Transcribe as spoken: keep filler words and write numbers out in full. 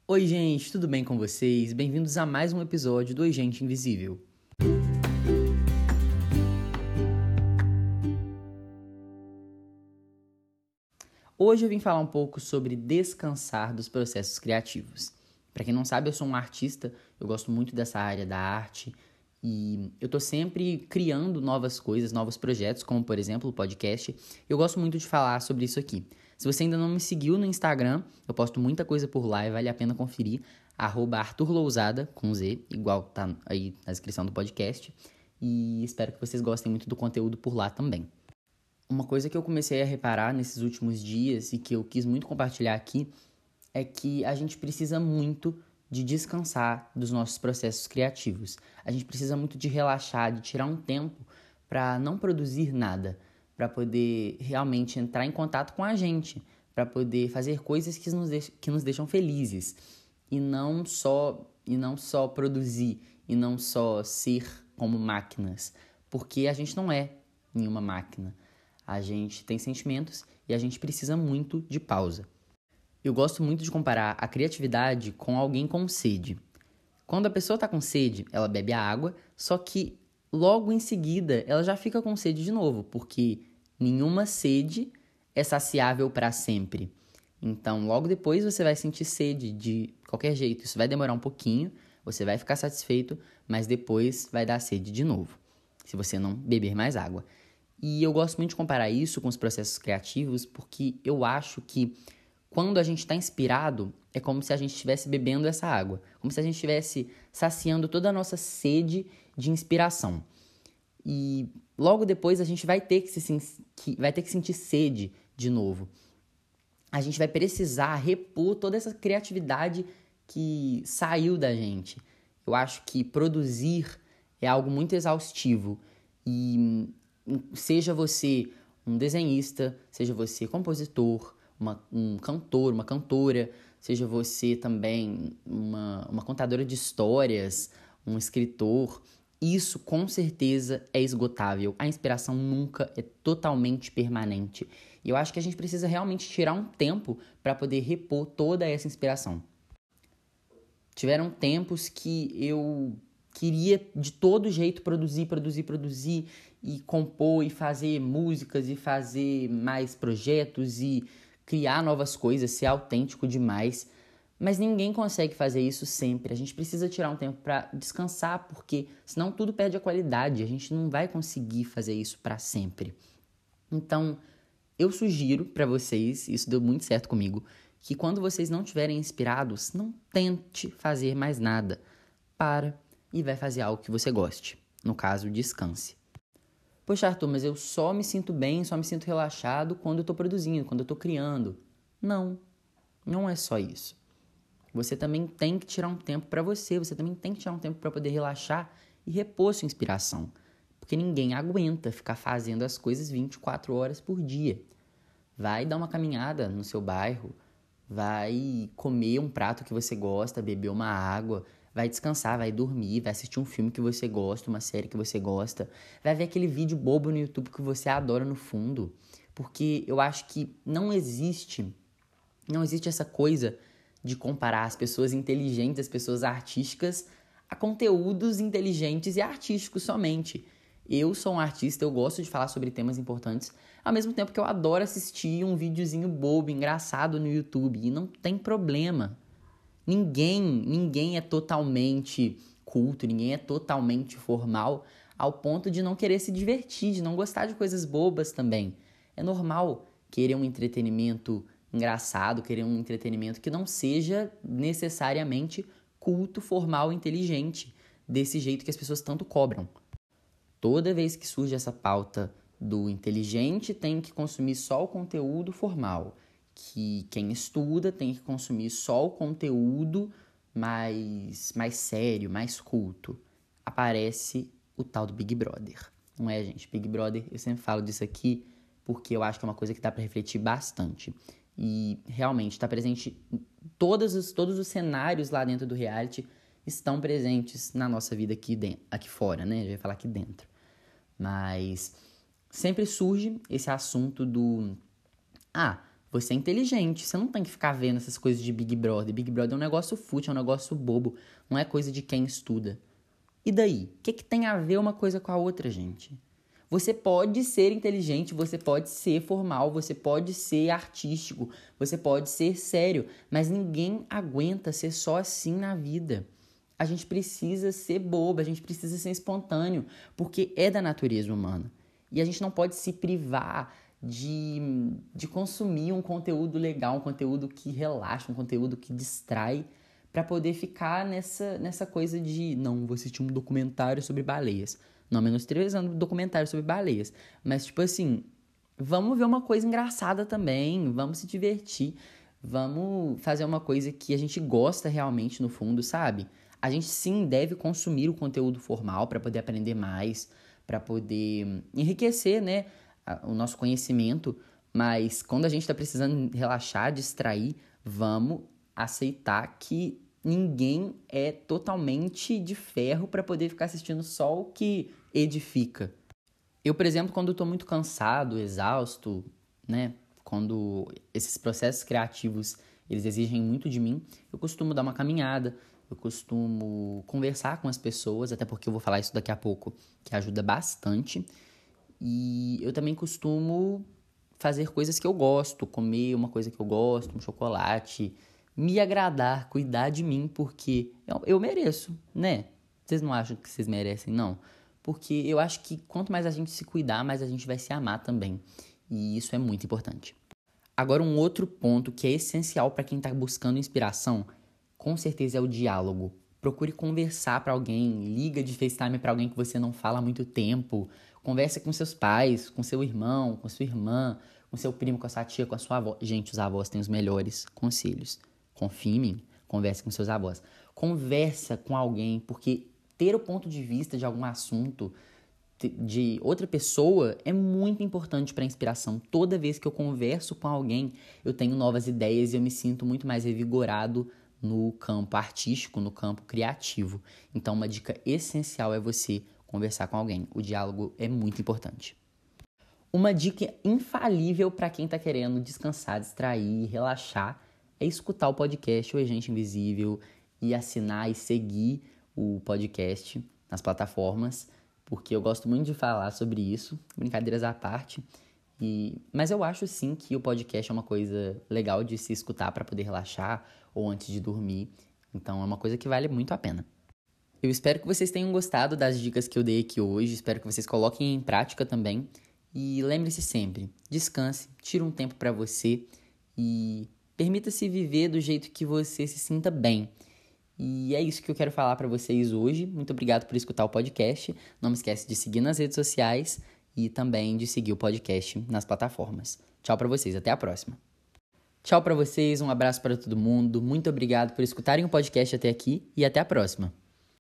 Oi, gente, tudo bem com vocês? Bem-vindos a mais um episódio do Oi, Gente Invisível. Hoje eu vim falar um pouco sobre descansar dos processos criativos. Para quem não sabe, eu sou um artista, eu gosto muito dessa área da arte e eu tô sempre criando novas coisas, novos projetos, como por exemplo o podcast. Eu gosto muito de falar sobre isso aqui. Se você ainda não me seguiu no Instagram, eu posto muita coisa por lá e vale a pena conferir. arroba Arthur Lousada, com Z, igual tá aí na descrição do podcast. E espero que vocês gostem muito do conteúdo por lá também. Uma coisa que eu comecei a reparar nesses últimos dias e que eu quis muito compartilhar aqui é que a gente precisa muito de descansar dos nossos processos criativos. A gente precisa muito de relaxar, de tirar um tempo para não produzir nada, para poder realmente entrar em contato com a gente, para poder fazer coisas que nos, deix- que nos deixam felizes e não só e não só produzir e não só ser como máquinas, porque a gente não é nenhuma máquina. A gente tem sentimentos e a gente precisa muito de pausa. Eu gosto muito de comparar a criatividade com alguém com sede. Quando a pessoa está com sede, ela bebe a água, só que logo em seguida ela já fica com sede de novo, porque nenhuma sede é saciável para sempre. Então, logo depois você vai sentir sede de qualquer jeito. Isso vai demorar um pouquinho, você vai ficar satisfeito, mas depois vai dar sede de novo, se você não beber mais água. E eu gosto muito de comparar isso com os processos criativos, porque eu acho que quando a gente está inspirado, é como se a gente estivesse bebendo essa água, como se a gente estivesse saciando toda a nossa sede de inspiração. E logo depois a gente vai ter que, se, que, vai ter que sentir sede de novo. A gente vai precisar repor toda essa criatividade que saiu da gente. Eu acho que produzir é algo muito exaustivo e seja você um desenhista, seja você compositor, uma, um cantor, uma cantora, seja você também uma, uma contadora de histórias, um escritor, isso com certeza é esgotável. A inspiração nunca é totalmente permanente. E eu acho que a gente precisa realmente tirar um tempo para poder repor toda essa inspiração. Tiveram tempos que eu queria de todo jeito produzir, produzir, produzir e compor e fazer músicas e fazer mais projetos e criar novas coisas, ser autêntico demais. Mas ninguém consegue fazer isso sempre. A gente precisa tirar um tempo para descansar, porque senão tudo perde a qualidade. A gente não vai conseguir fazer isso para sempre. Então, eu sugiro para vocês, isso deu muito certo comigo, que quando vocês não estiverem inspirados, não tente fazer mais nada. Para e vai fazer algo que você goste. No caso, descanse. Poxa, Arthur, mas eu só me sinto bem, só me sinto relaxado quando eu estou produzindo, quando eu estou criando. Não, não é só isso. Você também tem que tirar um tempo para você, você também tem que tirar um tempo para poder relaxar e repor sua inspiração. Porque ninguém aguenta ficar fazendo as coisas vinte e quatro horas por dia. Vai dar uma caminhada no seu bairro, vai comer um prato que você gosta, beber uma água, vai descansar, vai dormir, vai assistir um filme que você gosta, uma série que você gosta, vai ver aquele vídeo bobo no YouTube que você adora no fundo. Porque eu acho que não existe, não existe essa coisa de comparar as pessoas inteligentes, as pessoas artísticas, a conteúdos inteligentes e artísticos somente. Eu sou um artista, eu gosto de falar sobre temas importantes, ao mesmo tempo que eu adoro assistir um videozinho bobo, engraçado no YouTube, e não tem problema. Ninguém, ninguém é totalmente culto, ninguém é totalmente formal, ao ponto de não querer se divertir, de não gostar de coisas bobas também. É normal querer um entretenimento engraçado, querer um entretenimento que não seja necessariamente culto, formal, inteligente, desse jeito que as pessoas tanto cobram. Toda vez que surge essa pauta do inteligente tem que consumir só o conteúdo formal, que quem estuda tem que consumir só o conteúdo mais, mais sério, mais culto, aparece o tal do Big Brother. Não é, gente? Big Brother, eu sempre falo disso aqui porque eu acho que é uma coisa que dá para refletir bastante. E realmente está presente em todos os, todos os cenários lá dentro do reality estão presentes na nossa vida aqui, dentro, aqui fora, né? Já ia falar aqui dentro. Mas sempre surge esse assunto do... Ah, Você é inteligente, você não tem que ficar vendo essas coisas de Big Brother. Big Brother é um negócio fútil, é um negócio bobo, não é coisa de quem estuda. E daí? O que, que tem a ver uma coisa com a outra, gente? Você pode ser inteligente, você pode ser formal, você pode ser artístico, você pode ser sério, mas ninguém aguenta ser só assim na vida. A gente precisa ser bobo, a gente precisa ser espontâneo, porque é da natureza humana. E a gente não pode se privar de, de consumir um conteúdo legal, um conteúdo que relaxa, um conteúdo que distrai, para poder ficar nessa, nessa coisa de, não, vou assistir um documentário sobre baleias. Não, menos três anos, documentário sobre baleias. Mas, tipo assim, vamos ver uma coisa engraçada também, vamos se divertir, vamos fazer uma coisa que a gente gosta realmente no fundo, sabe? A gente sim deve consumir o conteúdo formal para poder aprender mais, para poder enriquecer, né, o nosso conhecimento, mas quando a gente está precisando relaxar, distrair, vamos aceitar que ninguém é totalmente de ferro para poder ficar assistindo só o que edifica. Eu, por exemplo, quando estou muito cansado, exausto, né, quando esses processos criativos eles exigem muito de mim, eu costumo dar uma caminhada, eu costumo conversar com as pessoas, até porque eu vou falar isso daqui a pouco, que ajuda bastante. E eu também costumo fazer coisas que eu gosto, comer uma coisa que eu gosto, um chocolate, me agradar, cuidar de mim, porque eu, eu mereço, né? Vocês não acham que vocês merecem, não? Porque eu acho que quanto mais a gente se cuidar, mais a gente vai se amar também. E isso é muito importante. Agora, um outro ponto que é essencial para quem está buscando inspiração, com certeza é o diálogo. Procure conversar para alguém, liga de FaceTime para alguém que você não fala há muito tempo, conversa com seus pais, com seu irmão, com sua irmã, com seu primo, com a sua tia, com a sua avó. Gente, os avós têm os melhores conselhos. Confie em mim, converse com seus avós. Conversa com alguém, porque ter o ponto de vista de algum assunto de outra pessoa é muito importante para a inspiração. Toda vez que eu converso com alguém, eu tenho novas ideias e eu me sinto muito mais revigorado no campo artístico, no campo criativo. Então, uma dica essencial é você conversar com alguém. O diálogo é muito importante. Uma dica infalível para quem está querendo descansar, distrair, relaxar, é escutar o podcast O Agente Invisível e assinar e seguir o podcast nas plataformas, porque eu gosto muito de falar sobre isso, brincadeiras à parte. E, mas eu acho sim que o podcast é uma coisa legal de se escutar para poder relaxar ou antes de dormir. Então é uma coisa que vale muito a pena. Eu espero que vocês tenham gostado das dicas que eu dei aqui hoje. Espero que vocês coloquem em prática também. E lembre-se sempre, descanse, tire um tempo para você e permita-se viver do jeito que você se sinta bem. E é isso que eu quero falar para vocês hoje. Muito obrigado por escutar o podcast. Não me esquece de seguir nas redes sociais e também de seguir o podcast nas plataformas. Tchau para vocês, até a próxima. Tchau para vocês, um abraço para todo mundo. Muito obrigado por escutarem o podcast até aqui e até a próxima.